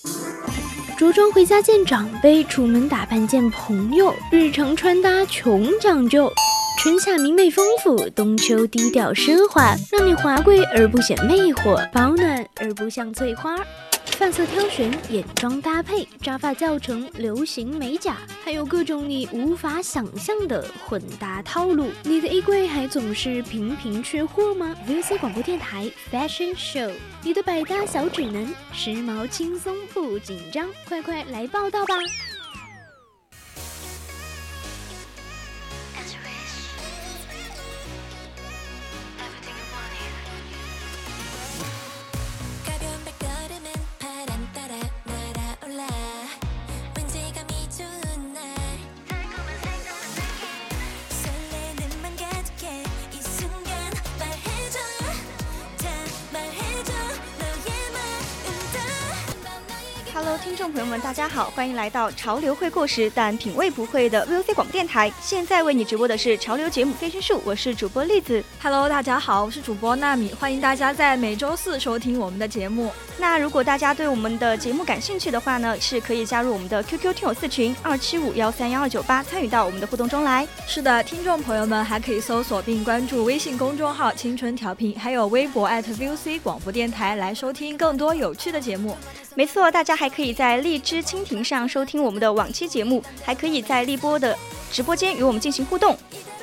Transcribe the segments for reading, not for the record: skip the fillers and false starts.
着装回家见长辈，出门打扮见朋友，日常穿搭穷讲究。春夏明媚丰富，冬秋低调奢华，让你华贵而不显魅惑，保暖而不像翠花。发色挑选，眼妆搭配，扎发教程，流行美甲，还有各种你无法想象的混搭套路。你的衣柜还总是频频缺货吗 ？VOC 广播电台 Fashion Show， 你的百搭小指南，时髦轻松不紧张，快快来报道吧！ Hello， 听众朋友们，大家好，欢迎来到潮流会过时但品味不会的 VOC 广播电台。现在为你直播的是潮流节目飞轩树，我是主播栗子。 Hello， 大家好，我是主播纳米，欢迎大家在每周四收听我们的节目。 那如果大家对我们的节目感兴趣的话呢，是可以加入我们的 QQ 听友4群275131298，参与到我们的互动中来。 是的，听众朋友们还可以搜索并关注微信公众号青春调频，还有微博@VOC 广播电台来收听更多有趣的节目。 没错，大家还可以在荔枝蜻蜓上收听我们的往期节目，还可以在立波的直播间与我们进行互动。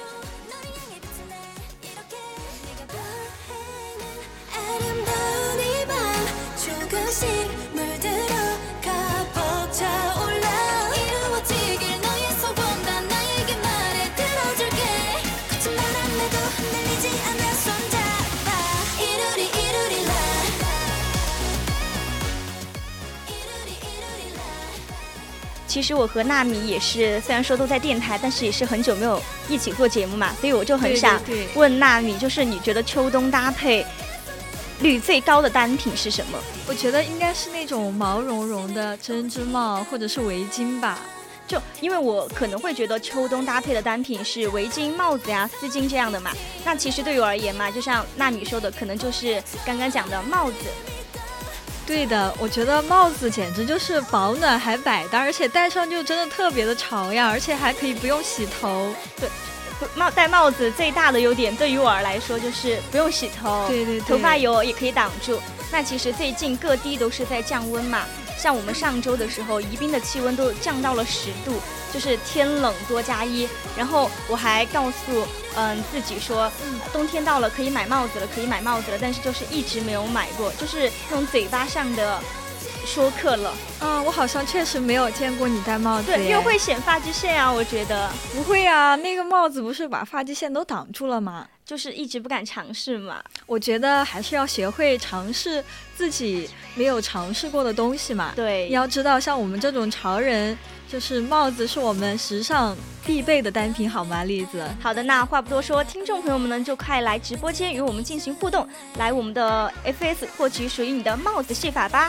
其实我和纳米也是，虽然说都在电台，但是也是很久没有一起做节目嘛，所以我就很想问纳米，就是你觉得秋冬搭配率最高的单品是什么？ 我觉得应该是那种毛茸茸的针织帽或者是围巾吧。 就因为我可能会觉得秋冬搭配的单品是围巾、帽子呀、丝巾这样的嘛，那其实对我而言嘛，就像纳米说的，可能就是刚刚讲的帽子。 对的，我觉得帽子简直就是保暖还百搭，而且戴上就真的特别的潮呀，而且还可以不用洗头。 对，戴帽子最大的优点对于我来说就是不用洗头， 对， 头发油也可以挡住。那其实最近各地都是在降温嘛，像我们上周的时候，宜宾的气温都降到了10度，就是天冷多加衣。然后我还告诉自己说，冬天到了可以买帽子了，但是就是一直没有买过，就是那种嘴巴上的说课了。 我好像确实没有见过你戴帽子。 对，又会显发际线啊，我觉得。 不会啊，那个帽子不是把发际线都挡住了吗？ 就是一直不敢尝试嘛。 我觉得还是要学会尝试自己没有尝试过的东西嘛。 对， 要知道像我们这种潮人，就是帽子是我们时尚必备的单品，好吗，栗子？ 好的，那话不多说，听众朋友们呢就快来直播间与我们进行互动，来我们的 FS 获取属于你的帽子戏法吧。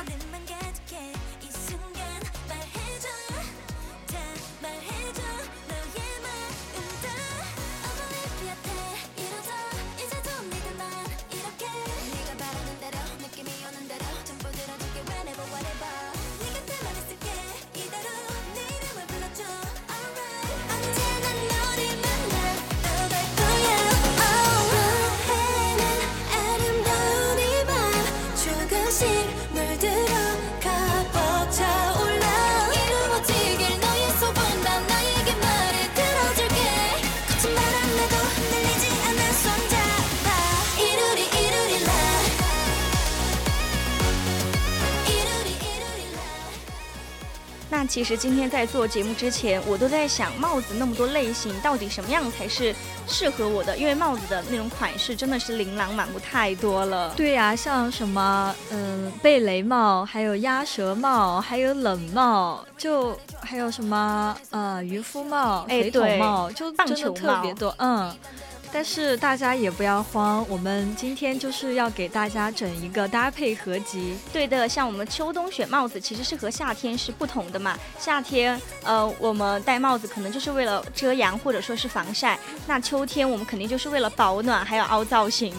那其实今天在做节目之前，我都在想帽子那么多类型，到底什么样才是适合我的？因为帽子的那种款式真的是琳琅满目太多了。 对呀，像什么贝雷帽，还有鸭舌帽，还有冷帽，就还有什么渔夫帽、水桶帽，就真的特别多。但是大家也不要慌，我们今天就是要给大家整一个搭配合集。 对的，像我们秋冬选帽子其实是和夏天是不同的嘛。夏天我们戴帽子可能就是为了遮阳或者说是防晒，那秋天我们肯定就是为了保暖还有凹造型。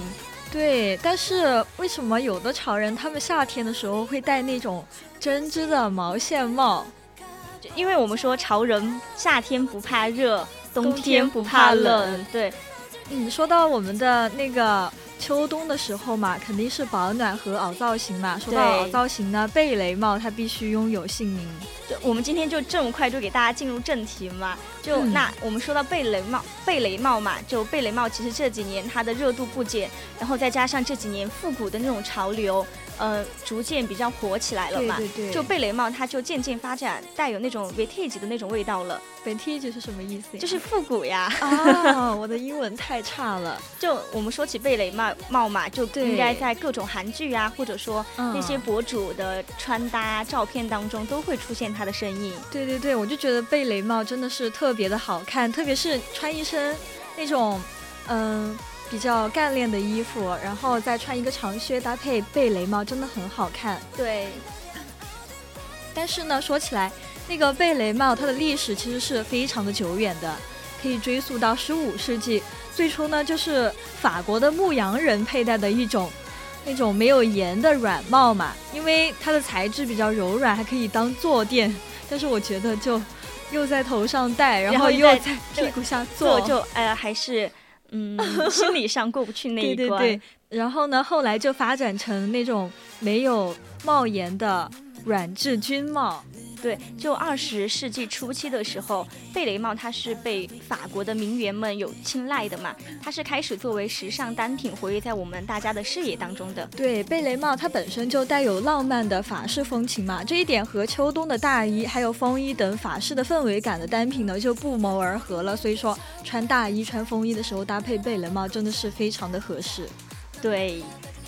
对，但是为什么有的潮人他们夏天的时候会戴那种针织的毛线帽？ 因为我们说潮人夏天不怕热，冬天不怕冷。对， 说到我们的那个秋冬的时候嘛，肯定是保暖和凹造型嘛。说到凹造型呢，贝雷帽它必须拥有姓名。 我们今天就这么快就给大家进入正题嘛。那我们说到贝雷帽嘛，就贝雷帽其实这几年它的热度不减，然后再加上这几年复古的那种潮流，逐渐比较火起来了嘛。 对， 就贝雷帽它就渐渐发展带有那种 vintage 的那种味道了。 vintage 是什么意思呀？ 就是复古呀。 我的英文太差了。 就我们说起贝雷帽嘛，就应该在各种韩剧啊，或者说那些博主的穿搭照片当中都会出现它的身影。 对，我就觉得贝雷帽真的是特别的好看，特别是穿一身那种比较干练的衣服，然后再穿一个长靴搭配贝雷帽，真的很好看。 对， 但是呢，说起来那个贝雷帽它的历史其实是非常的久远的，可以追溯到15世纪。最初呢，就是法国的牧羊人佩戴的一种那种没有檐的软帽嘛，因为它的材质比较柔软，还可以当坐垫。但是我觉得就又在头上戴，然后又在屁股下坐， 就还是心理上过不去那一关。 对，然后呢，后来就发展成那种没有帽檐的软质军帽。 对，就20世纪初期的时候，贝雷帽它是被法国的名媛们有青睐的嘛，它是开始作为时尚单品活跃在我们大家的视野当中的。 对，贝雷帽它本身就带有浪漫的法式风情嘛，这一点和秋冬的大衣还有风衣等法式的氛围感的单品呢就不谋而合了，所以说穿大衣穿风衣的时候搭配贝雷帽真的是非常的合适。 对，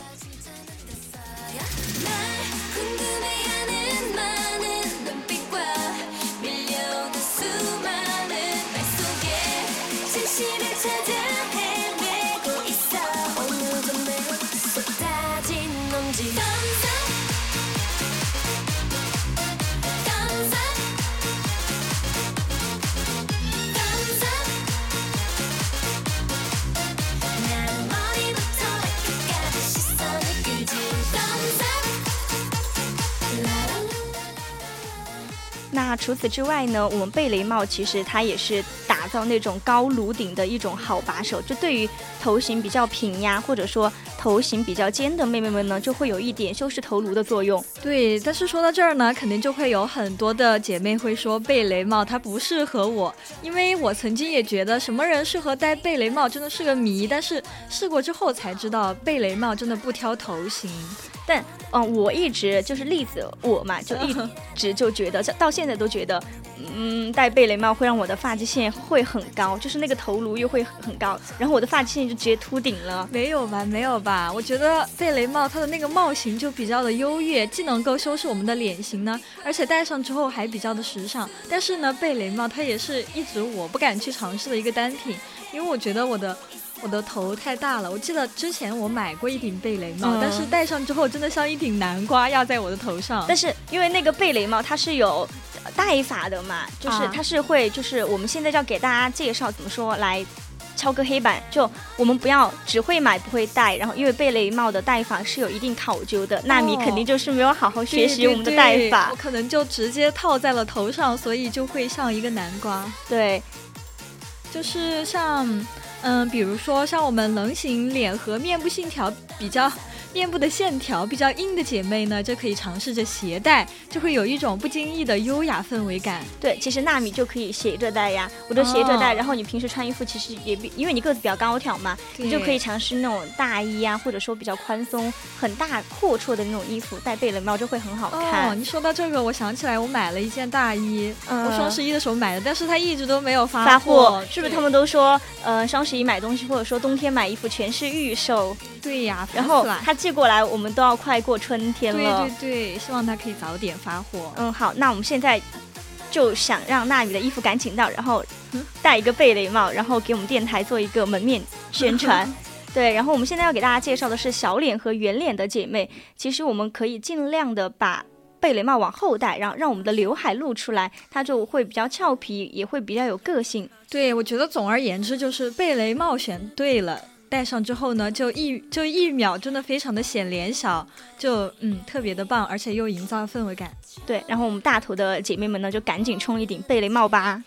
那除此之外呢，我们贝雷帽其实它也是打造那种高颅顶的一种好把手，就对于头型比较平呀，或者说头型比较尖的妹妹们呢，就会有一点修饰头颅的作用。 对，但是说到这儿呢，肯定就会有很多的姐妹会说贝雷帽它不适合我，因为我曾经也觉得什么人适合戴贝雷帽真的是个谜，但是试过之后才知道贝雷帽真的不挑头型。 但我一直就是栗子我嘛，就一直就觉得到现在都觉得戴贝雷帽会让我的发际线会很高，就是那个头颅又会很高，然后我的发际线就直接秃顶了。 没有吧，我觉得贝雷帽它的那个帽型就比较的优越，既能够修饰我们的脸型呢，而且戴上之后还比较的时尚。但是呢，贝雷帽它也是一直我不敢去尝试的一个单品，因为我觉得我的头太大了。我记得之前我买过一顶贝雷帽，但是戴上之后真的像一顶南瓜压在我的头上。 但是因为那个贝雷帽它是有戴法的嘛，就是它是会就是我们现在要给大家介绍怎么说来敲个黑板，就我们不要只会买不会戴，然后因为贝雷帽的戴法是有一定考究的，那你肯定就是没有好好学习我们的戴法。 我可能就直接套在了头上，所以就会像一个南瓜。 对， 就是像比如说像我们棱形脸和面部的线条比较硬的姐妹呢，就可以尝试着斜戴，就会有一种不经意的优雅氛围感。 对，其实纳米就可以斜着戴呀，我就斜着戴，然后你平时穿衣服其实也因为你个子比较高挑嘛，你就可以尝试那种大衣啊，或者说比较宽松很大阔绰的那种衣服，戴贝雷帽就会很好看。 你说到这个我想起来我买了一件大衣，我双十一的时候买的，但是它一直都没有发货。 是不是他们都说双十一买东西或者说冬天买衣服全是预售？ 对呀， 然后他寄过来我们都要快过春天了。 对，希望他可以早点发货。 好，那我们现在就想让纳米的衣服赶紧到，然后戴一个贝雷帽，然后给我们电台做一个门面宣传。对，然后我们现在要给大家介绍的是小脸和圆脸的姐妹，其实我们可以尽量的把贝雷帽往后戴，然后让我们的刘海露出来，它就会比较俏皮，也会比较有个性。 对，我觉得总而言之就是贝雷帽选对了， 戴上之后呢，就一秒真的非常的显脸小，就特别的棒，而且又营造氛围感。 对，然后我们大头的姐妹们呢，就赶紧冲一顶贝雷帽吧。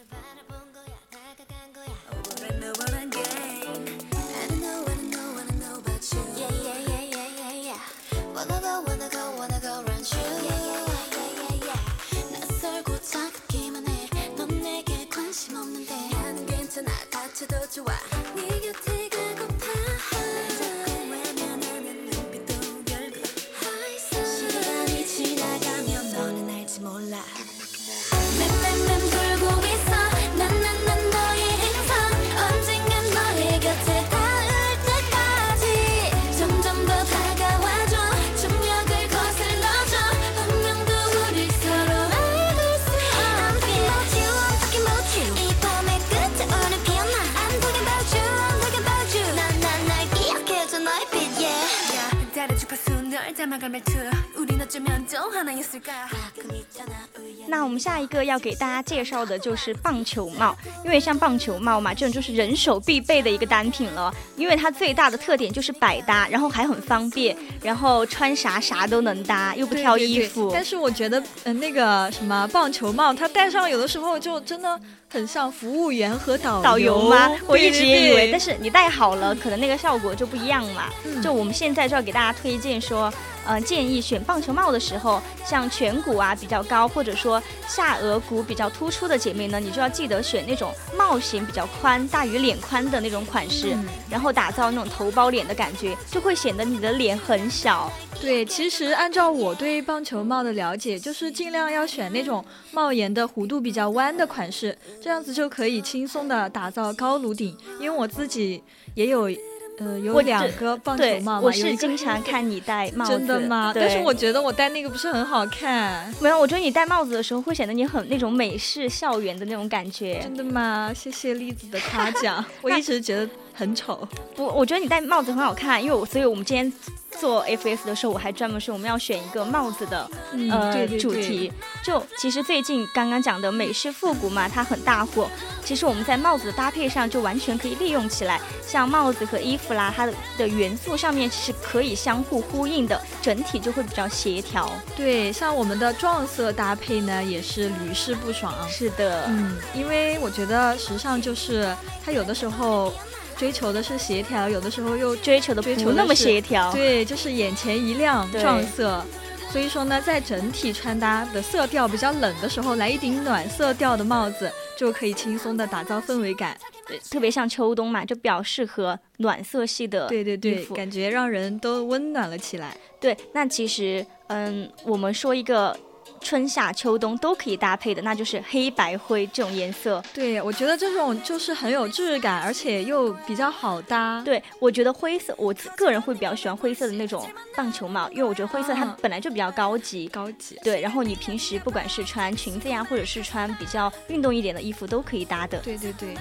那我们下一个要给大家介绍的就是棒球帽，因为像棒球帽嘛，这种就是人手必备的一个单品了，因为它最大的特点就是百搭，然后还很方便，然后穿啥都能搭，又不挑衣服。 对对对，但是我觉得那个什么棒球帽它戴上有的时候就真的很像服务员和导游吗？我一直也以为， 对对对， 但是你戴好了可能那个效果就不一样嘛。就我们现在就要给大家推荐说建议选棒球帽的时候，像颧骨啊比较高，或者说下颚骨比较突出的姐妹呢，你就要记得选那种帽型比较宽，大于脸宽的那种款式，然后打造那种头包脸的感觉，就会显得你的脸很小。 对，其实按照我对棒球帽的了解，就是尽量要选那种帽檐的弧度比较弯的款式，这样子就可以轻松的打造高颅顶。因为我自己也有两个棒球帽嘛， 我是经常看你戴帽子。 真的吗？但是我觉得我戴那个不是很好看。 没有，我觉得你戴帽子的时候会显得你很那种美式校园的那种感觉。 真的吗？谢谢栗子的夸奖。我一直觉得很丑。 不，我觉得你戴帽子很好看，因为所以我们今天做 FS 的时候，我还专门说我们要选一个帽子的对对对， 主题。就其实最近刚刚讲的美式复古嘛，它很大火。其实我们在帽子的搭配上就完全可以利用起来，像帽子和衣服啦，它的元素上面其实可以相互呼应的，整体就会比较协调。 对，像我们的撞色搭配呢，也是屡试不爽。 是的， 因为我觉得时尚就是它有的时候追求的是协调，有的时候又追求的不那么协调。 对，就是眼前一亮撞色。所以说呢，在整体穿搭的色调比较冷的时候，来一顶暖色调的帽子，就可以轻松的打造氛围感。 对，特别像秋冬嘛，就比较适合暖色系的衣服。 对对对，感觉让人都温暖了起来。 对，那其实我们说一个春夏秋冬都可以搭配的，那就是黑白灰这种颜色。 对，我觉得这种就是很有质感，而且又比较好搭。 对，我觉得灰色，我个人会比较喜欢灰色的那种棒球帽，因为我觉得灰色它本来就比较高级。对，然后你平时不管是穿裙子呀，或者是穿比较运动一点的衣服都可以搭的。 对对对。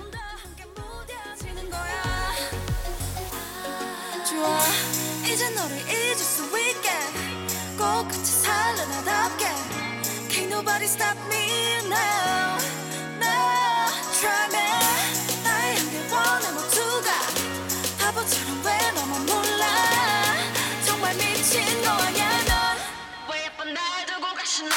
Can't nobody stop me now. No, try me. 나의 한계원의 모두가 바보처럼 왜 너만 몰라. 정말 미친 거 아냐 넌. 왜 예쁜 날 두고 가시나.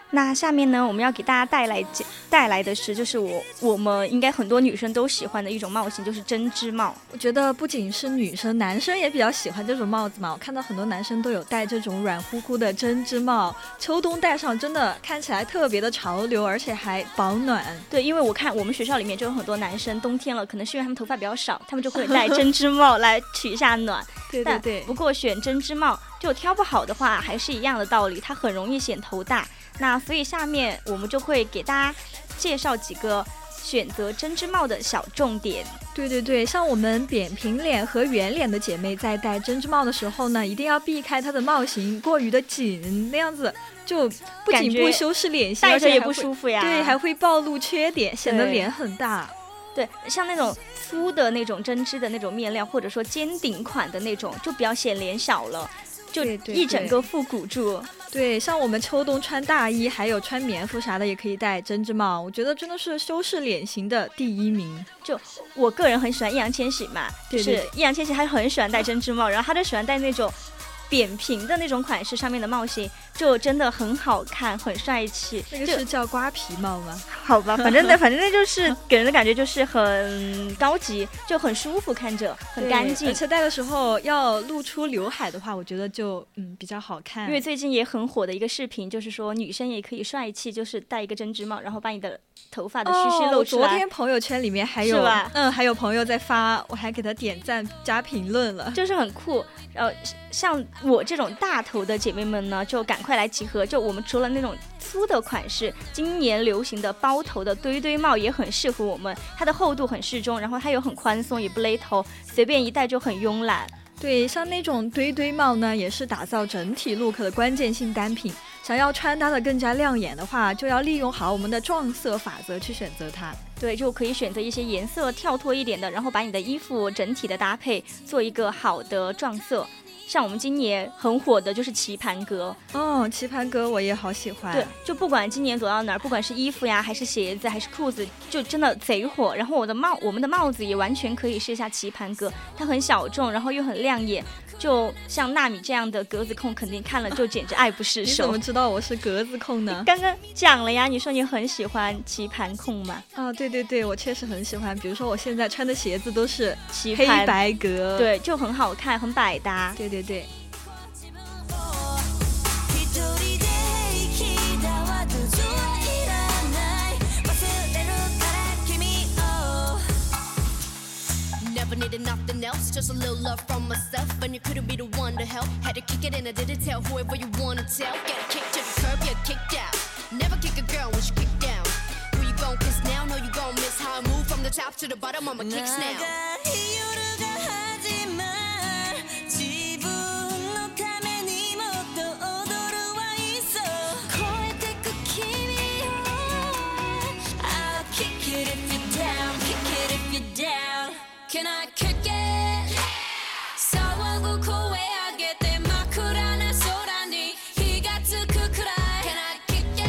那下面呢，我们要给大家带来的是，就是我们应该很多女生都喜欢的一种帽型，就是针织帽。 我觉得不仅是女生，男生也比较喜欢这种帽子嘛。我看到很多男生都有戴这种软乎乎的针织帽，秋冬戴上真的看起来特别的潮流，而且还保暖。 对，因为我看我们学校里面就有很多男生，冬天了，可能是因为他们头发比较少，他们就会戴针织帽来取一下暖。 对对对。 不过选针织帽就挑不好的话，还是一样的道理，它很容易显头大。那所以下面我们就会给大家介绍几个选择针织帽的小重点。 对对对，像我们扁平脸和圆脸的姐妹在戴针织帽的时候呢，一定要避开它的帽型过于的紧，那样子就不仅不修饰脸型， 戴着也不舒服呀。 对，还会暴露缺点，显得脸很大。 对，像那种粗的那种针织的那种面料，或者说尖顶款的那种，就比较显脸小了，就一整个复古住。 对，像我们秋冬穿大衣还有穿棉服啥的也可以戴针织帽，我觉得真的是修饰脸型的第一名。 就我个人很喜欢易烊千玺嘛，就是易烊千玺他很喜欢戴针织帽，然后他就喜欢戴那种扁平的那种款式上面的帽型，就真的很好看，很帅气。 那个是叫瓜皮帽吗？ 好吧，反正那就是给人的感觉就是很高级，就很舒服，看着很干净。 而且戴的时候要露出刘海的话，我觉得就比较好看。 因为最近也很火的一个视频，就是说女生也可以帅气，就是戴一个针织帽，然后把你的头发的须露出来。 昨天朋友圈里面还有是吧？ 还有朋友在发，我还给他点赞加评论了， 就是很酷。像我这种大头的姐妹们呢，就赶快来集合。就我们除了那种粗的款式，今年流行的包头的堆堆帽也很适合我们，它的厚度很适中，然后它又很宽松，也不勒头，随便一戴就很慵懒。 对，像那种堆堆帽呢，也是打造整体 look 的关键性单品。想要穿搭的更加亮眼的话，就要利用好我们的撞色法则去选择它。 对，就可以选择一些颜色跳脱一点的，然后把你的衣服整体的搭配做一个好的撞色。像我们今年很火的就是棋盘格。 棋盘格我也好喜欢。 对，就不管今年走到哪儿，不管是衣服呀，还是鞋子，还是裤子，就真的贼火。然后我们的帽子也完全可以试一下棋盘格，它很小众，然后又很亮眼。就像纳米这样的格子控，肯定看了就简直爱不释手。 你怎么知道我是格子控呢？ 刚刚讲了呀，你说你很喜欢棋盘控吗？ 对对对，我确实很喜欢。比如说我现在穿的鞋子都是棋盘黑白格， 对，就很好看，很百搭。 对对对。 Never needed nothing else, just a little love from myself. And you couldn't be the one to help. Had to kick it and I didn't tell whoever you wanna tell. Get a kick to the curb, you're kicked out. Never kick a girl when she kicked down. Who you gon' kiss now? No, you gon' miss how I move from the top to the bottom of my kicks now. Can I kick it? 사와고 고해하게 돼 마쿠라나 소라니 히가츠쿠쿠라이. Can I kick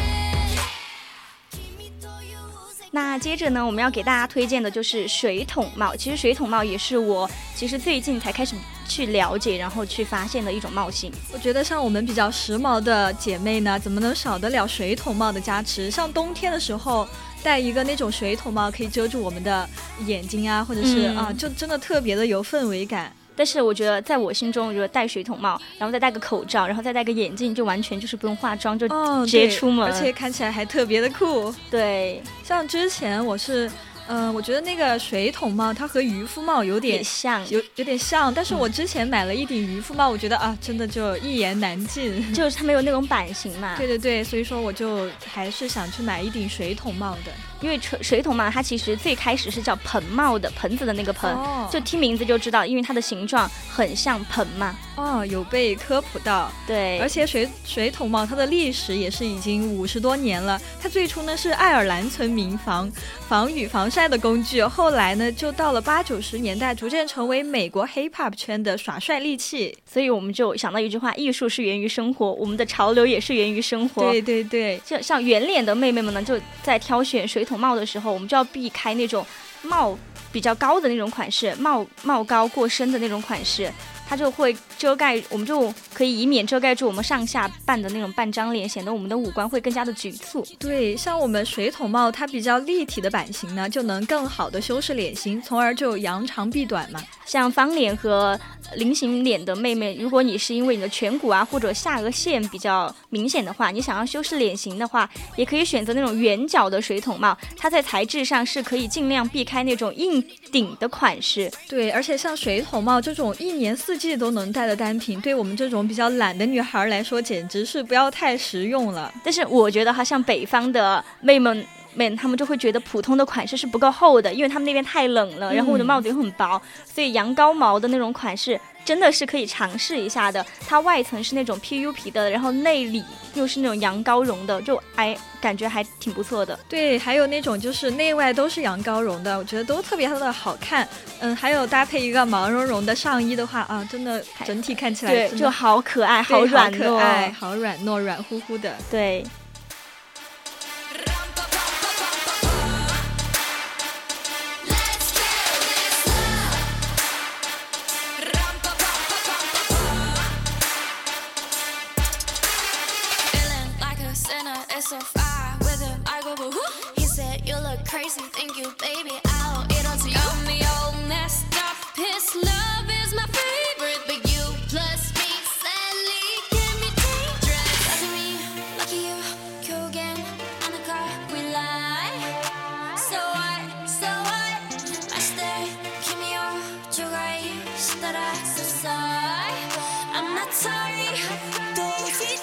it? 那接着呢，我们要给大家推荐的就是水桶帽。其实水桶帽也是我最近才开始去了解，然后去发现的一种帽型。 我觉得像我们比较时髦的姐妹呢，怎么能少得了水桶帽的加持？像冬天的时候戴一个那种水桶帽，可以遮住我们的眼睛啊，或者是就真的特别的有氛围感。 但是我觉得在我心中，我觉得戴水桶帽，然后再戴个口罩，然后再戴个眼镜，就完全就是不用化妆就直接出门， 而且看起来还特别的酷。 对， 像之前我觉得那个水桶帽它和渔夫帽有点像， 有点像，但是我之前买了一顶渔夫帽，我觉得真的就一言难尽， 就是它没有那种版型嘛。 对对对，所以说我就还是想去买一顶水桶帽的。 因为水桶帽它其实最开始是叫盆帽的，盆子的那个盆，就听名字就知道，因为它的形状很像盆嘛。 有被科普到。 对， 而且水桶帽它的历史也是已经50多年了。它最初呢是爱尔兰村民防雨防晒的工具，后来呢就到了80、90年代，逐渐成为美国 hip hop 圈的耍帅利器。 所以我们就想到一句话：艺术是源于生活，我们的潮流也是源于生活。 对对对， 就像圆脸的妹妹们呢，就在挑选水桶帽的时候，我们就要避开那种帽比较高的那种款式，帽高过深的那种款式。 它就会遮盖，我们就可以以免遮盖住我们上下半的那种半张脸，显得我们的五官会更加的局促。 对，像我们水桶帽它比较立体的版型呢，就能更好的修饰脸型，从而就扬长避短嘛。 像方脸和菱形脸的妹妹，如果你是因为你的颧骨啊或者下颚线比较明显的话，你想要修饰脸型的话，也可以选择那种圆角的水桶帽，它在材质上是可以尽量避开那种硬顶的款式。 对，而且像水桶帽这种一年四季都能戴的单品，对我们这种比较懒的女孩来说简直是不要太实用了。 但是我觉得哈，像北方的妹们他们就会觉得普通的款式是不够厚的，因为他们那边太冷了，然后我的帽子又很薄，所以羊羔毛的那种款式真的是可以尝试一下的。它外层是那种 PU 皮的，然后内里又是那种羊羔绒的，就感觉还挺不错的。 对，还有那种就是内外都是羊羔绒的，我觉得都特别的好看。还有搭配一个毛茸茸的上衣的话啊，真的整体看起来对就好可爱，好软糯， 好可爱，好软糯，软乎乎的。 对。 So far with him, I go boo hoo. He said you look crazy, thank you, baby. I'll eat onto you. Got me all messed up. His love is my favorite, but you plus me sadly can be dangerous. Lucky me, lucky you, 결국엔 on the car we lie. So what? 마시대 김이요 조가이 시다라 so sorry. I'm not sorry. 또 이제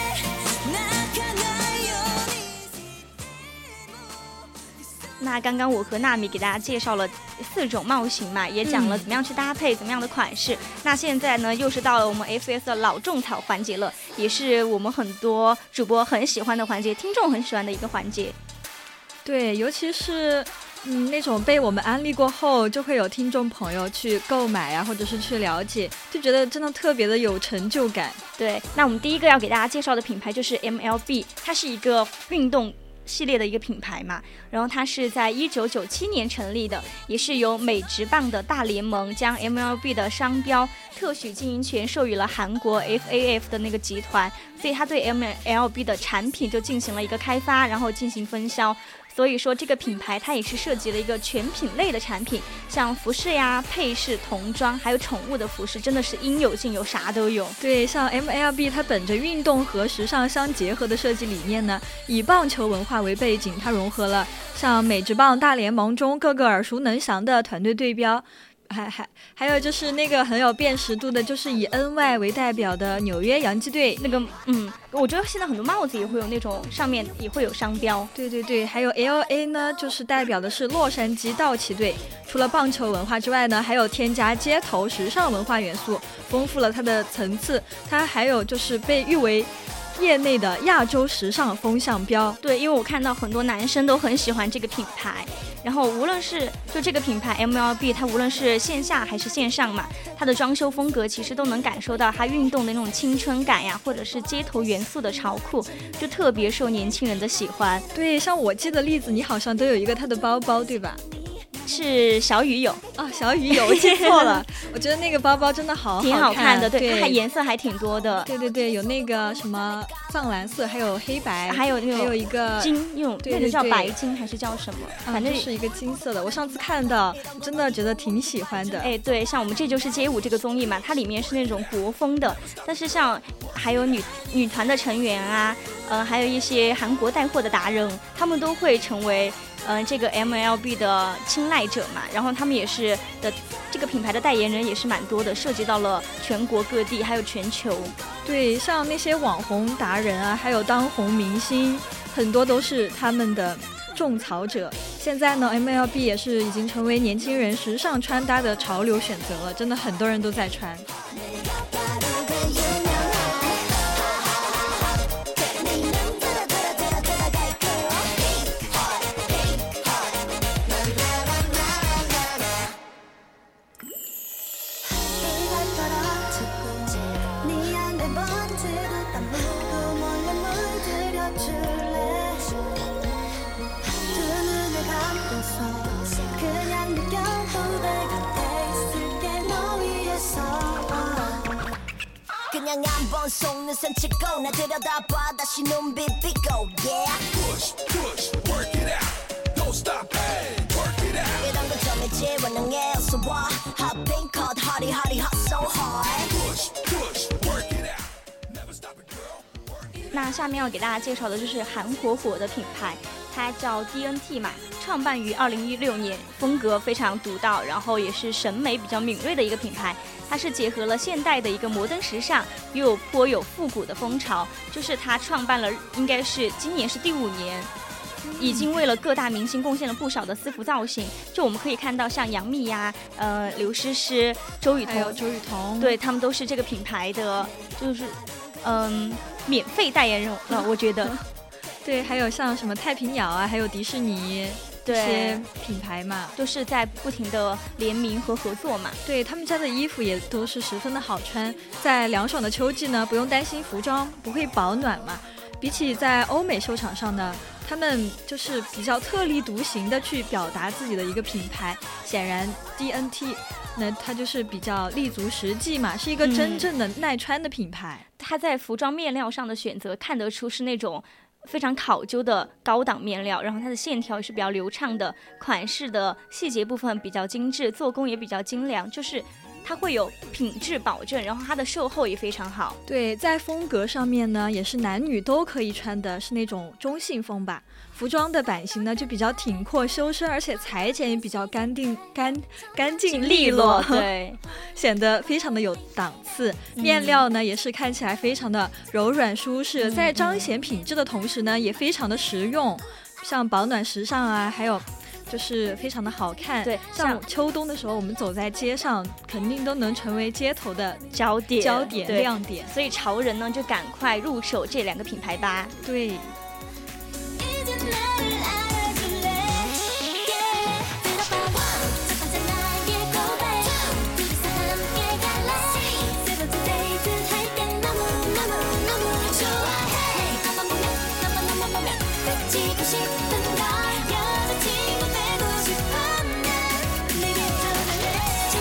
那刚刚我和娜米给大家介绍了4种帽型嘛，也讲了怎么样去搭配，怎么样的款式。那现在呢，又是到了我们 FS 的老种草环节了，也是我们很多主播很喜欢的环节，听众很喜欢的一个环节。 对，尤其是那种被我们安利过后，就会有听众朋友去购买啊，或者是去了解，就觉得真的特别的有成就感。 对，那我们第一个要给大家介绍的品牌就是 MLB， 它是一个运动系列的一个品牌嘛，然后它是在1997年成立的，也是由美职棒的大联盟将 MLB 的商标特许经营权授予了韩国 FAF 的那个集团，所以它对 MLB 的产品就进行了一个开发，然后进行分销。所以说这个品牌它也是涉及了一个全品类的产品，像服饰呀、配饰、童装还有宠物的服饰，真的是应有尽有，啥都有。 对，像 MLB 它本着运动和时尚相结合的设计理念呢，以棒球文化为背景，它融合了像美职棒大联盟中各个耳熟能详的团队对标，还有就是那个很有辨识度的，就是以 NY 为代表的纽约洋基队那个我觉得现在很多帽子也会有那种上面也会有商标。 对对对，还有 LA 呢，就是代表的是洛杉矶道奇队。除了棒球文化之外呢，还有添加街头时尚文化元素，丰富了它的层次。它还有就是被誉为业内的亚洲时尚风向标。 对，因为我看到很多男生都很喜欢这个品牌，然后无论是就这个品牌 MLB， 它无论是线下还是线上嘛，它的装修风格其实都能感受到它运动的那种青春感呀，或者是街头元素的潮酷，就特别受年轻人的喜欢。 对，像我记得例子，你好像都有一个它的包包，对吧？ 是小雨有啊，小雨有，我记错了。我觉得那个包包真的挺好看的， 对， 它还颜色还挺多的。 对对对，有那个什么藏蓝色，还有黑白， 还有一个金，那种那个叫白金还是叫什么？反正是一个金色的。我上次看到，真的觉得挺喜欢的。 哎，对，像我们这就是街舞这个综艺嘛，它里面是那种国风的，但是像还有女团的成员啊，还有一些韩国带货的达人，他们都会成为这个 MLB 的青睐者嘛，然后他们也是的，这个品牌的代言人也是蛮多的，涉及到了全国各地还有全球。 对，像那些网红达人啊，还有当红明星，很多都是他们的种草者。现在呢 MLB 也是已经成为年轻人时尚穿搭的潮流选择了，真的很多人都在穿。 그냥 한번 속눈썹 치고 나 들여다봐 다시 눈 비비고 yeah Push, push, work it out. Don't stop, hey, work it out. 이런 건 점이지 원능해 어서 와 Hot pink hot hotty hotty hot so hard Push, push, work it out. Never stop it, girl. Work it out. 那下面要给大家介绍的就是韩火火的品牌，它叫 DNT 嘛，创办于2016年，风格非常独到，然后也是审美比较敏锐的一个品牌。它是结合了现代的一个摩登时尚，又有颇有复古的风潮。就是它创办了，应该是今年是第5年。已经为了各大明星贡献了不少的私服造型，就我们可以看到像杨幂呀、刘诗诗、周雨彤，对，他们都是这个品牌的，就是免费代言人了，我觉得。 对，还有像什么太平鸟啊，还有迪士尼这些品牌嘛， 都是在不停的联名和合作嘛。 对，他们家的衣服也都是十分的好穿，在凉爽的秋季呢，不用担心服装不会保暖嘛。比起在欧美秀场上呢，他们就是比较特立独行的去表达自己的一个品牌。显然 DNT 那它就是比较立足实际嘛，是一个真正的耐穿的品牌。 它在服装面料上的选择看得出是那种非常考究的高档面料，然后它的线条也是比较流畅的，款式的细节部分比较精致，做工也比较精良，就是它会有品质保证，然后它的售后也非常好。 对，在风格上面呢，也是男女都可以穿的，是那种中性风吧。服装的版型呢就比较挺阔修身，而且裁剪也比较干净利落， 对， 显得非常的有档次。面料呢也是看起来非常的柔软舒适，在彰显品质的同时呢，也非常的实用，像保暖时尚啊，还有就是非常的好看。 对， 像秋冬的时候，我们走在街上，肯定都能成为街头的焦点亮点。 所以潮人呢，就赶快入手这2个品牌吧。 对。 이제 나를 알아줄래 yeah 들어봐 첫 번째 나의 고백 둘이서 함께 갈래 세 번째 데이트 할 땐 너무 좋아해 너만 보면 뺏기고 싶은 걸 여자친구 되고 싶어 난 내게 들어갈래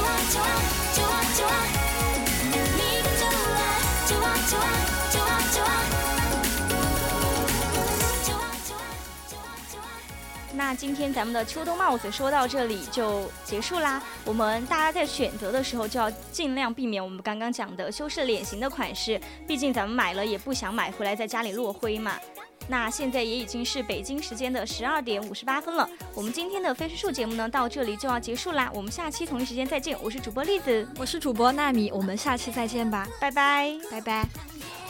좋아 네가 좋아 那今天咱们的秋冬帽子说到这里就结束啦。我们大家在选择的时候就要尽量避免我们刚刚讲的修饰脸型的款式，毕竟咱们买了也不想买回来在家里落灰嘛。那现在也已经是北京时间的12点58分了，我们今天的飞书树节目呢到这里就要结束啦。我们下期同一时间再见，我是主播栗子， 我是主播纳米，我们下期再见吧， 拜拜， 拜拜。